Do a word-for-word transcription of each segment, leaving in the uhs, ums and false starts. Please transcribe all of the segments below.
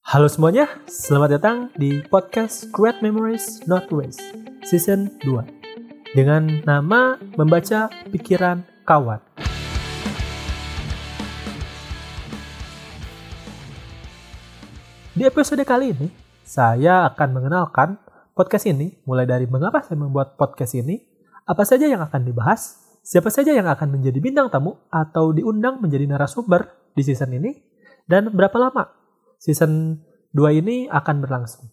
Halo semuanya, selamat datang di podcast Create Memories Not Waste Season dua dengan nama Membaca Pikiran Kawan. Di episode kali ini, saya akan mengenalkan podcast ini mulai dari mengapa saya membuat podcast ini, apa saja yang akan dibahas, siapa saja yang akan menjadi bintang tamu atau diundang menjadi narasumber di season ini, dan berapa lama season dua ini akan berlangsung.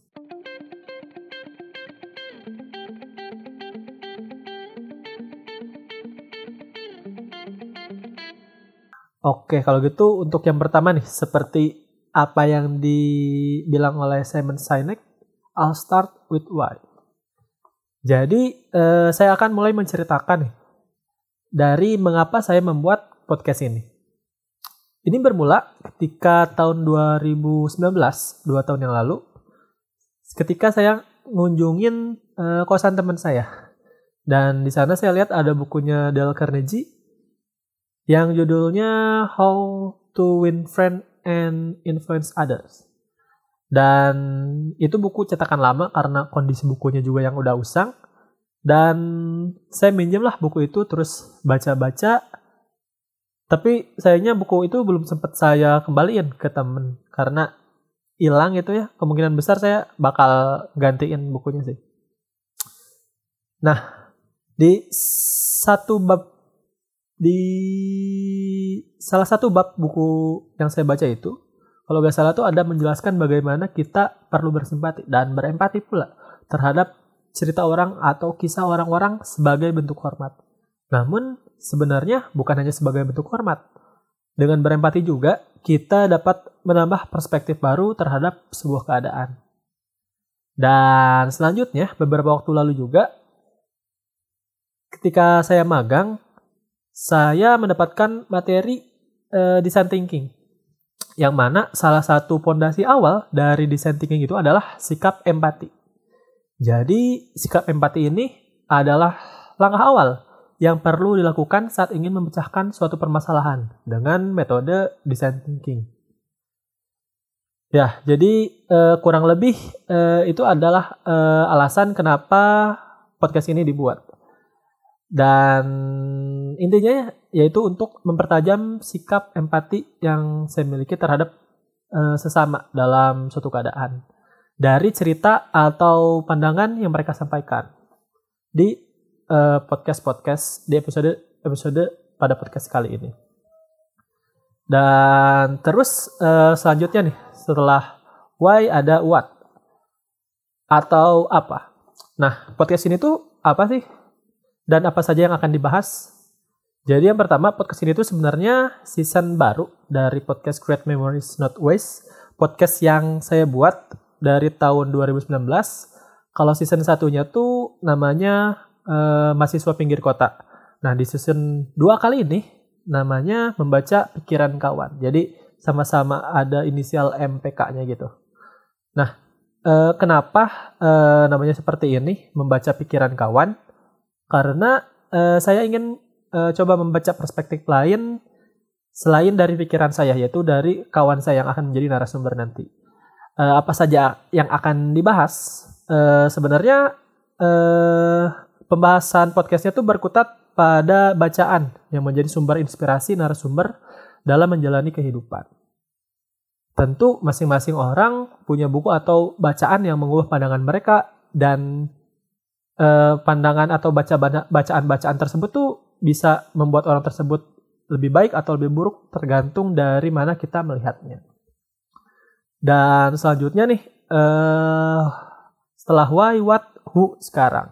Oke, kalau gitu untuk yang pertama nih, seperti apa yang dibilang oleh Simon Sinek, I'll start with why. Jadi, eh, saya akan mulai menceritakan nih, dari mengapa saya membuat podcast ini. Ini bermula ketika tahun dua ribu sembilan belas, dua tahun yang lalu, ketika saya ngunjungin uh, kosan teman saya. Dan di sana saya lihat ada bukunya Dale Carnegie yang judulnya How to Win Friends and Influence Others. Dan itu buku cetakan lama karena kondisi bukunya juga yang udah usang. Dan saya minjem lah buku itu terus baca-baca. Tapi sayangnya buku itu belum sempat saya kembaliin ke temen karena hilang itu ya. Kemungkinan besar saya bakal gantiin bukunya sih. Nah, di satu bab di salah satu bab buku yang saya baca itu, kalau gak salah tuh ada menjelaskan bagaimana kita perlu bersimpati dan berempati pula terhadap cerita orang atau kisah orang-orang sebagai bentuk hormat. Namun sebenarnya bukan hanya sebagai bentuk hormat. Dengan berempati juga, kita dapat menambah perspektif baru terhadap sebuah keadaan. Dan selanjutnya, beberapa waktu lalu juga, ketika saya magang, saya mendapatkan materi e, design thinking. Yang mana salah satu fondasi awal dari design thinking itu adalah sikap empati. Jadi, sikap empati ini adalah langkah awal yang perlu dilakukan saat ingin memecahkan suatu permasalahan dengan metode design thinking. Ya, jadi eh, kurang lebih eh, itu adalah eh, alasan kenapa podcast ini dibuat. Dan intinya yaitu untuk mempertajam sikap empati yang saya miliki terhadap eh, sesama dalam suatu keadaan. Dari cerita atau pandangan yang mereka sampaikan di Uh, podcast-podcast di episode-episode pada podcast kali ini. Dan terus uh, selanjutnya nih, setelah why ada what atau apa. Nah, podcast ini tuh apa sih? Dan apa saja yang akan dibahas? Jadi yang pertama, podcast ini tuh sebenarnya season baru dari podcast Create Memories Not Waste. Podcast yang saya buat dari tahun dua ribu sembilan belas. Kalau season satunya tuh namanya Uh, mahasiswa pinggir kota. Nah, di season dua kali ini namanya Membaca Pikiran Kawan. Jadi sama-sama ada inisial M P K-nya gitu. Nah, uh, kenapa uh, namanya seperti ini, Membaca Pikiran Kawan? Karena uh, saya ingin uh, coba membaca perspektif lain selain dari pikiran saya, yaitu dari kawan saya yang akan menjadi narasumber nanti. Uh, apa saja yang akan dibahas? Uh, sebenarnya uh, Pembahasan podcastnya itu berkutat pada bacaan yang menjadi sumber inspirasi narasumber dalam menjalani kehidupan. Tentu masing-masing orang punya buku atau bacaan yang mengubah pandangan mereka dan eh, pandangan atau baca bacaan-bacaan tersebut tuh bisa membuat orang tersebut lebih baik atau lebih buruk tergantung dari mana kita melihatnya. Dan selanjutnya nih, eh, setelah why, what, who sekarang.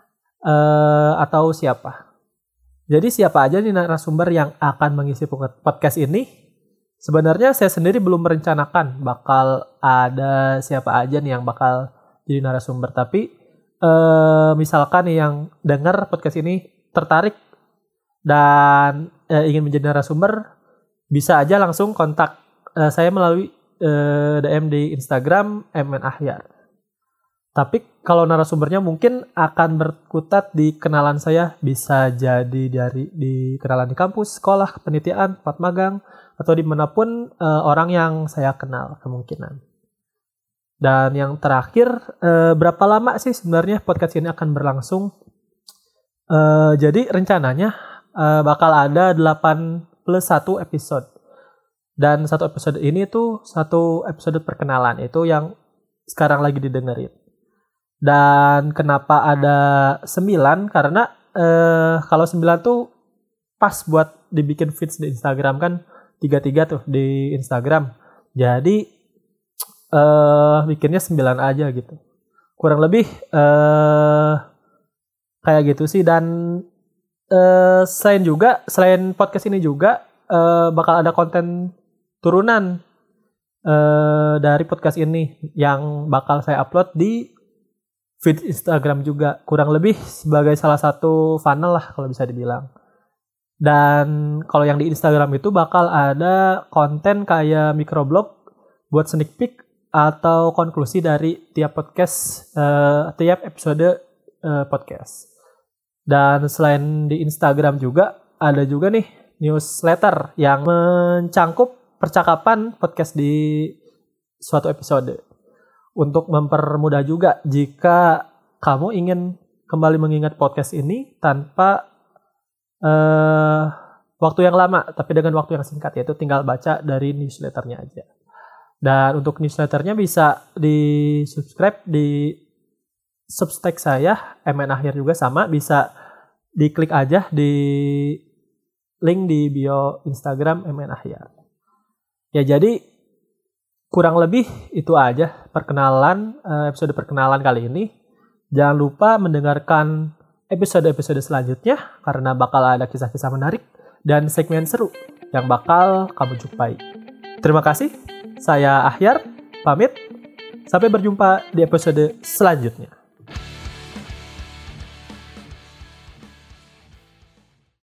Uh, atau siapa. Jadi siapa aja nih narasumber yang akan mengisi podcast ini? Sebenarnya saya sendiri belum merencanakan bakal ada siapa aja nih yang bakal jadi narasumber. Tapi uh, misalkan nih yang dengar podcast ini tertarik dan uh, ingin menjadi narasumber, bisa aja langsung kontak uh, saya melalui uh, D M di Instagram M N Ahyar. Tapi kalau narasumbernya mungkin akan berkutat di kenalan saya, bisa jadi dari di kenalan di kampus, sekolah, kepanitiaan, tempat magang, atau dimanapun uh, orang yang saya kenal kemungkinan. Dan yang terakhir, uh, berapa lama sih sebenarnya podcast ini akan berlangsung? Uh, jadi rencananya uh, bakal ada delapan plus satu episode. Dan satu episode ini tuh satu episode perkenalan, itu yang sekarang lagi didengerin. Dan kenapa ada sembilan? Karena uh, kalau sembilan tuh pas buat dibikin feeds di Instagram kan, tiga-tiga tuh di Instagram. Jadi uh, bikinnya sembilan aja gitu. Kurang lebih uh, kayak gitu sih. Dan uh, selain juga, selain podcast ini juga uh, bakal ada konten turunan uh, dari podcast ini yang bakal saya upload di feed Instagram juga. Kurang lebih sebagai salah satu funnel lah kalau bisa dibilang. Dan kalau yang di Instagram itu bakal ada konten kayak microblog buat sneak peek atau konklusi dari tiap podcast, uh, tiap episode uh, podcast. Dan selain di Instagram juga ada juga nih newsletter yang mencangkup percakapan podcast di suatu episode. Untuk mempermudah juga jika kamu ingin kembali mengingat podcast ini tanpa Uh, waktu yang lama, tapi dengan waktu yang singkat, yaitu tinggal baca dari newsletternya aja. Dan untuk newsletternya bisa di subscribe di Substack saya, M N Ahyar juga sama, bisa diklik aja di link di bio Instagram M N Ahyar. Ya jadi kurang lebih itu aja perkenalan, episode perkenalan kali ini. Jangan lupa mendengarkan episode-episode selanjutnya karena bakal ada kisah-kisah menarik dan segmen seru yang bakal kamu jumpai. Terima kasih, saya Ahyar, pamit. Sampai berjumpa di episode selanjutnya.